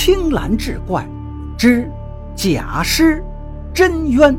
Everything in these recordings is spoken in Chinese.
青蓝志怪之假尸真冤。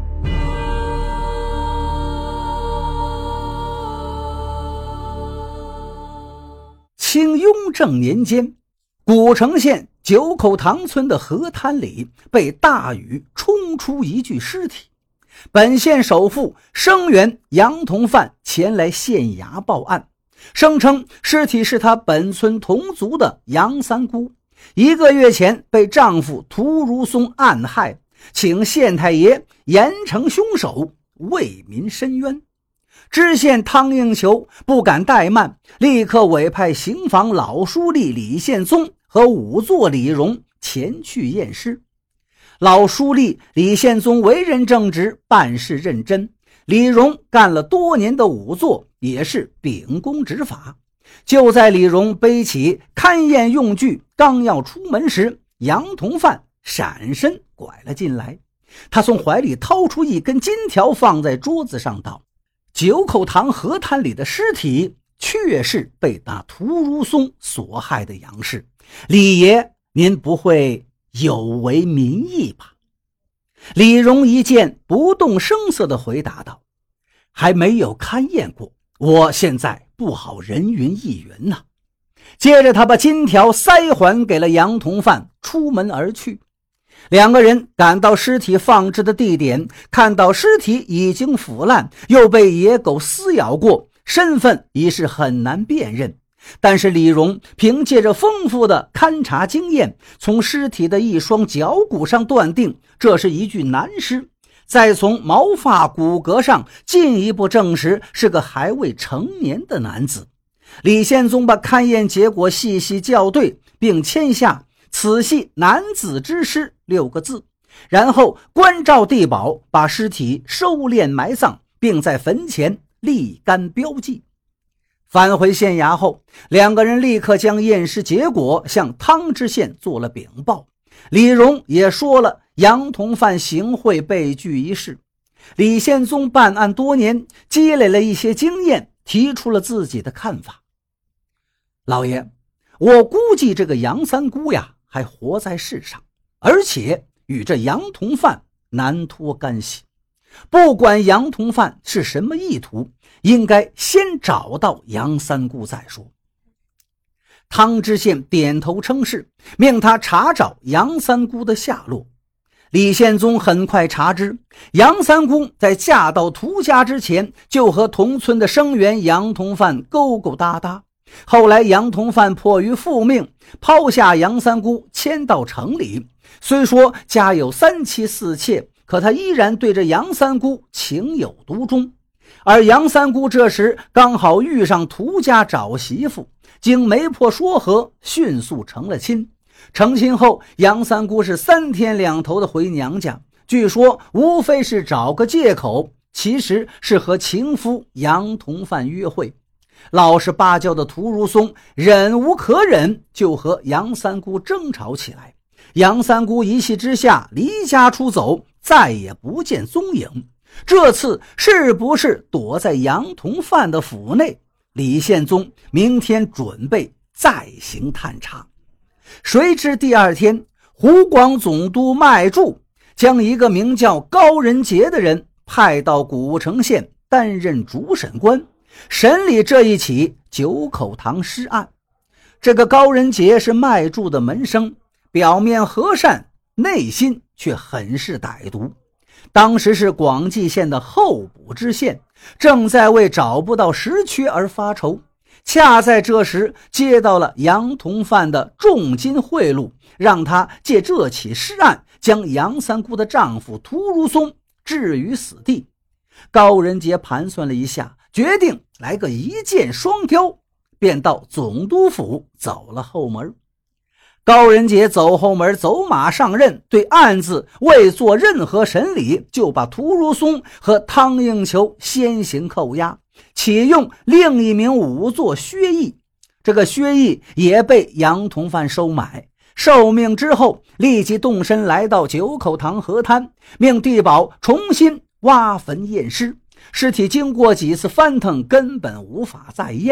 清雍正年间，古城县九口塘村的河滩里被大雨冲出一具尸体。本县首富生源杨同范前来县衙报案，声称尸体是他本村同族的杨三姑，1个月前被丈夫涂如松暗害，请县太爷严惩凶手，为民伸冤。知县汤应求不敢怠慢，立刻委派刑房老书吏李宪宗和仵作李荣前去验尸。老书吏李宪宗为人正直，办事认真，李荣干了多年的仵作，也是秉公执法。就在李荣背起勘验用具刚要出门时，杨同范闪身拐了进来。他从怀里掏出一根金条放在桌子上，道：九口塘河滩里的尸体确是被那涂如松所害的杨氏，李爷您不会有违民意吧？李荣一见，不动声色地回答道：还没有勘验过，我现在不好人云亦云呐。接着他把金条塞还给了杨同范，出门而去。2个人赶到尸体放置的地点，看到尸体已经腐烂，又被野狗撕咬过，身份已是很难辨认。但是李荣凭借着丰富的勘察经验，从尸体的一双脚骨上断定这是一具男尸，再从毛发骨骼上进一步证实是个还未成年的男子。李宪宗把勘验结果细细校对，并签下此系男子之尸6个字，然后关照地保，把尸体收敛埋葬，并在坟前立杆标记。返回县衙后，2个人立刻将验尸结果向汤知县做了禀报。李荣也说了杨同范行贿被拒一事。李宪宗办案多年，积累了一些经验，提出了自己的看法。老爷，我估计这个杨三姑呀还活在世上，而且与这杨同范难脱干系。不管杨同范是什么意图，应该先找到杨三姑再说。汤知县点头称是，命他查找杨三姑的下落。李宪宗很快查知，杨三姑在嫁到涂家之前就和同村的生源杨同范勾勾搭搭。后来杨同范迫于父命，抛下杨三姑迁到城里，虽说家有3妻4妾，可他依然对着杨三姑情有独钟。而杨三姑这时刚好遇上涂家找媳妇，经媒婆说和，迅速成了亲。成亲后，杨三姑是3天2头的回娘家，据说无非是找个借口，其实是和情夫杨同范约会。老实巴交的涂如松忍无可忍，就和杨三姑争吵起来。杨三姑一气之下离家出走，再也不见踪影。这次是不是躲在杨同范的府内？李宪宗明天准备再行探查。谁知第2天，湖广总督麦柱将一个名叫高仁杰的人派到古城县担任主审官，审理这一起九口塘尸案。这个高仁杰是麦柱的门生，表面和善，内心却很是歹毒。当时是广济县的候补知县，正在为找不到实缺而发愁，恰在这时接到了杨同范的重金贿赂，让他借这起尸案将杨三姑的丈夫涂如松置于死地。高仁杰盘算了一下，决定来个一箭双雕，便到总督府走了后门。高仁杰走后门，走马上任，对案子未做任何审理，就把涂如松和汤应求先行扣押，启用另一名仵作薛毅。这个薛毅也被杨同范收买，受命之后立即动身来到九口塘河滩，命地保重新挖坟验尸。尸体经过几次翻腾，根本无法再验了，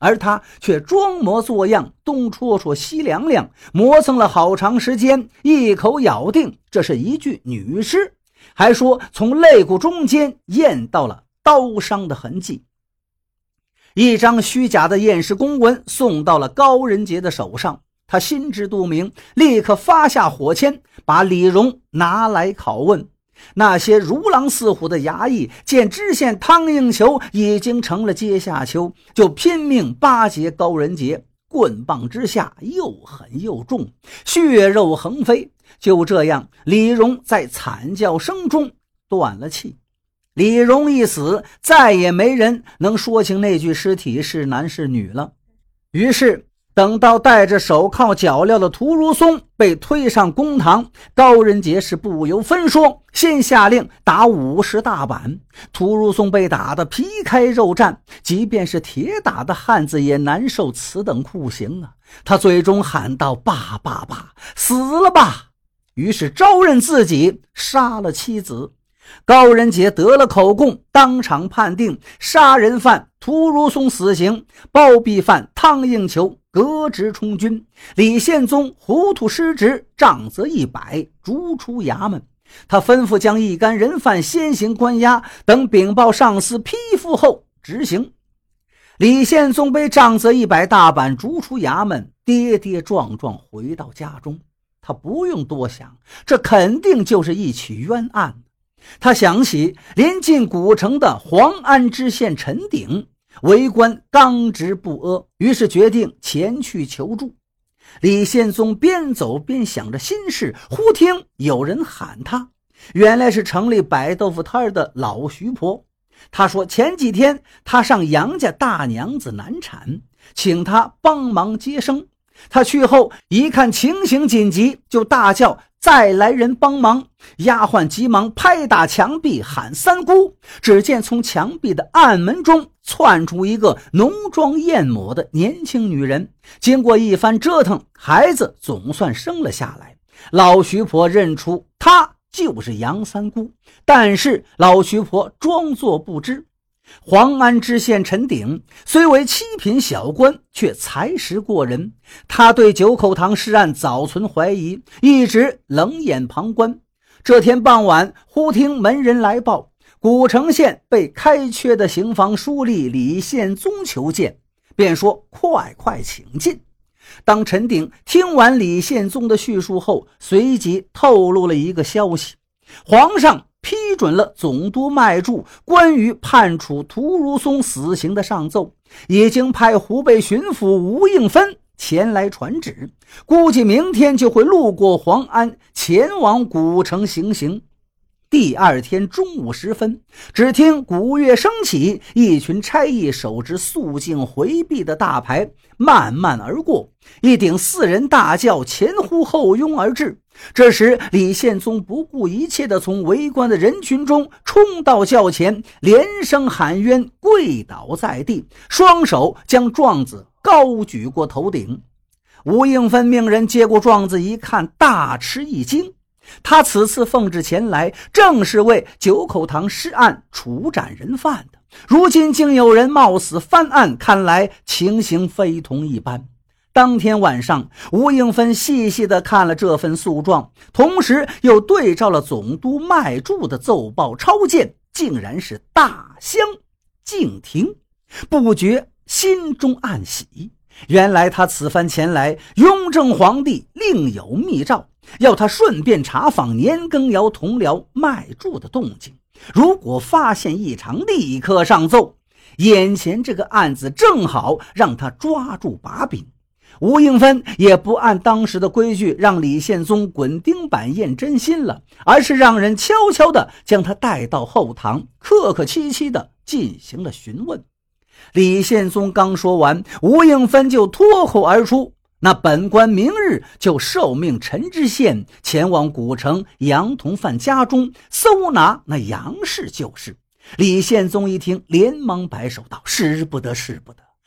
而他却装模作样，东戳戳西凉凉，磨蹭了好长时间，一口咬定这是一具女尸，还说从肋骨中间验到了刀伤的痕迹。一张虚假的验尸公文送到了高仁杰的手上，他心知肚明，立刻发下火签，把李荣拿来拷问。那些如狼似虎的衙役见知县汤应求已经成了阶下囚，就拼命巴结高仁杰，棍棒之下又狠又重，血肉横飞。就这样，李荣在惨叫声中断了气。李荣一死，再也没人能说清那具尸体是男是女了。于是等到戴着手铐脚镣的屠如松被推上公堂，高仁杰是不由分说，先下令打50大板。屠如松被打得皮开肉绽，即便是铁打的汉子也难受此等酷刑啊！他最终喊道：爸爸爸，死了吧！于是招认自己杀了妻子。高仁杰得了口供，当场判定杀人犯屠如松死刑，包庇犯汤应求革职充军，李宪宗糊涂失职，杖责100，逐出衙门。他吩咐将一干人犯先行关押，等禀报上司批复后执行。李宪宗被杖责100大板，逐出衙门，跌跌撞撞回到家中。他不用多想，这肯定就是一起冤案。他想起临近古城的黄安知县陈鼎，为官刚直不阿，于是决定前去求助。李宪宗边走边想着心事，忽听有人喊他，原来是城里摆豆腐摊的老徐婆。他说前几天他上杨家大娘子难产，请他帮忙接生。他去后一看情形紧急，就大叫再来人帮忙。丫鬟急忙拍打墙壁喊三姑，只见从墙壁的暗门中窜出一个浓妆艳抹的年轻女人。经过一番折腾，孩子总算生了下来。老徐婆认出她就是杨三姑，但是老徐婆装作不知。黄安知县陈鼎虽为七品小官，却才识过人。他对九口堂尸案早存怀疑，一直冷眼旁观。这天傍晚，忽听门人来报，古城县被开缺的刑房书吏李宪宗求见，便说快快请进。当陈鼎听完李宪宗的叙述后，随即透露了一个消息：皇上批准了总督麦柱关于判处屠如松死刑的上奏，已经派湖北巡抚吴应芬前来传旨，估计明天就会路过黄安，前往古城行刑。第二天中午时分，只听鼓乐升起，一群差役手执肃静回避的大牌慢慢而过，一顶4人大轿前呼后拥而至。这时李宪宗不顾一切地从围观的人群中冲到轿前，连声喊冤，跪倒在地，双手将状子高举过头顶。吴应芬命人接过状子一看，大吃一惊。他此次奉旨前来，正是为九口堂尸案处斩人犯的，如今竟有人冒死翻案，看来情形非同一般。当天晚上，吴应芬细细地看了这份诉状，同时又对照了总督麦柱的奏报抄件，竟然是大相径庭，不觉心中暗喜。原来他此番前来，雍正皇帝另有密诏，要他顺便查访年羹尧同僚麦柱的动静，如果发现异常，立刻上奏。眼前这个案子正好让他抓住把柄。吴应芬也不按当时的规矩让李宪宗滚钉板验真心了，而是让人悄悄地将他带到后堂，客客气气地进行了询问。李宪宗刚说完，吴应芬就脱口而出：那本官明日就受命陈知县前往古城杨同范家中搜拿那杨氏就是。李宪宗一听，连忙摆手道：是不得，是不得。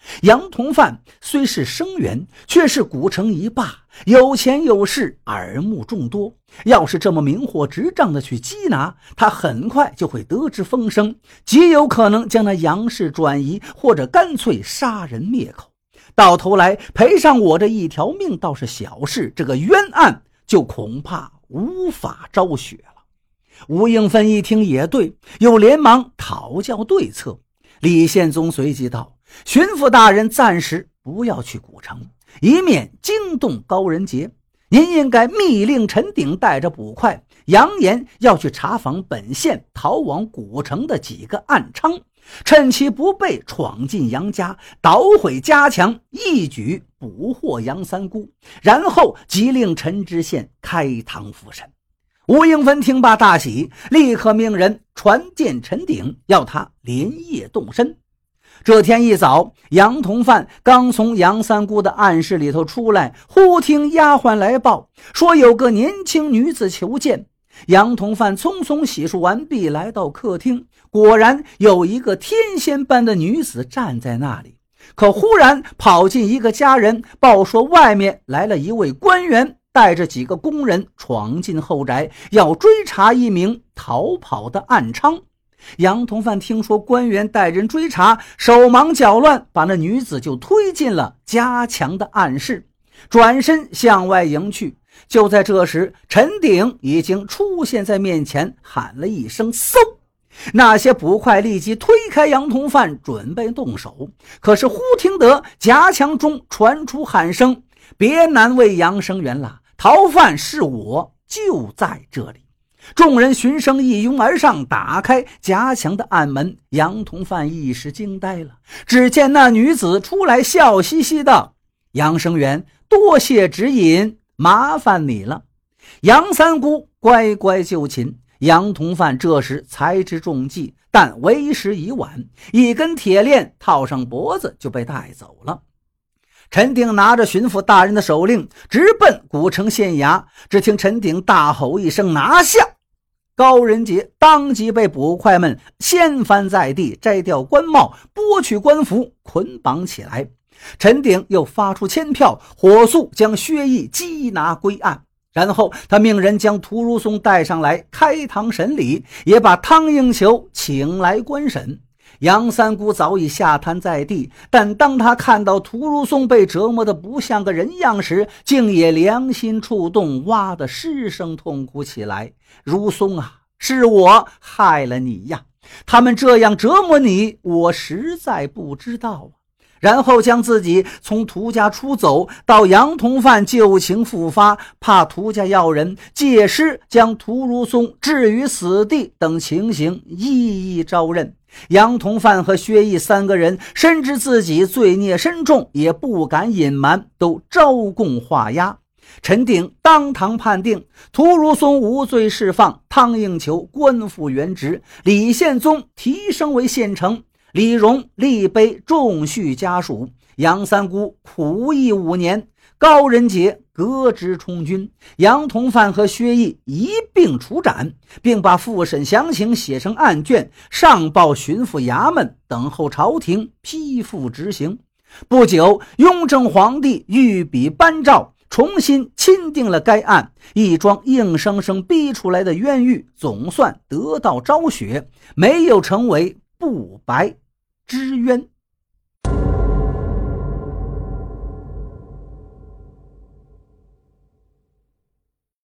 杨同范虽是生员，却是古城一霸，有钱有势，耳目众多。要是这么明火执仗的去缉拿，他很快就会得知风声，极有可能将那杨氏转移，或者干脆杀人灭口。到头来赔上我这一条命倒是小事，这个冤案就恐怕无法昭雪了。吴应芬一听也对，又连忙讨教对策。李宪宗随即道：巡抚大人暂时不要去古城，以免惊动高人杰。您应该密令陈鼎带着捕快，扬言要去查访本县逃往古城的几个暗娼，趁其不备闯进杨家，捣毁家墙，一举捕获杨三姑，然后即令陈知县开堂复审。吴应芬听罢大喜，立刻命人传见陈鼎，要他连夜动身。这天一早，杨同范刚从杨三姑的暗室里头出来，忽听丫鬟来报，说有个年轻女子求见。杨同范匆匆洗漱完毕，来到客厅，果然有一个天仙般的女子站在那里。可忽然跑进一个家人，报说外面来了一位官员，带着几个工人闯进后宅，要追查一名逃跑的暗娼。杨同范听说官员带人追查，手忙脚乱，把那女子就推进了家墙的暗室，转身向外迎去。就在这时，陈鼎已经出现在面前，喊了一声嗖，那些捕快立即推开杨同范，准备动手。可是忽听得夹墙中传出喊声：别难为杨生元了，逃犯是我，就在这里。众人循声一拥而上，打开夹墙的暗门。杨同范一时惊呆了，只见那女子出来，笑嘻嘻的：杨生元，多谢指引，麻烦你了。杨三姑乖乖就擒。杨同范这时才知中计，但为时已晚，一根铁链套上脖子就被带走了。陈鼎拿着巡抚大人的手令，直奔古城县衙。只听陈鼎大吼一声：拿下！高人杰当即被捕快们掀翻在地，摘掉官帽，剥去官服，捆绑起来。陈鼎又发出签票，火速将薛毅缉拿归案。然后他命人将屠如松带上来开堂审理，也把汤应求请来官审。杨三姑早已下瘫在地，但当他看到屠如松被折磨得不像个人样时，竟也良心触动，哇的失声痛哭起来。如松啊，是我害了你呀，他们这样折磨你，我实在不知道啊。然后将自己从屠家出走，到杨同范旧情复发，怕屠家要人，借尸将屠如松置于死地等情形一一招认。杨同范和薛毅三个人深知自己罪孽深重，也不敢隐瞒，都招供画押。陈鼎当堂判定屠如松无罪释放，汤应求官复原职，李宪宗提升为县丞，李荣立碑重叙家属，杨三姑苦役5年，高人杰革职充军，杨同范和薛毅一并处斩，并把复审详情写成案卷，上报巡抚衙门，等候朝廷批复执行。不久，雍正皇帝御笔颁诏，重新钦定了该案，一桩硬生生逼出来的冤狱总算得到昭雪，没有成为不白之冤。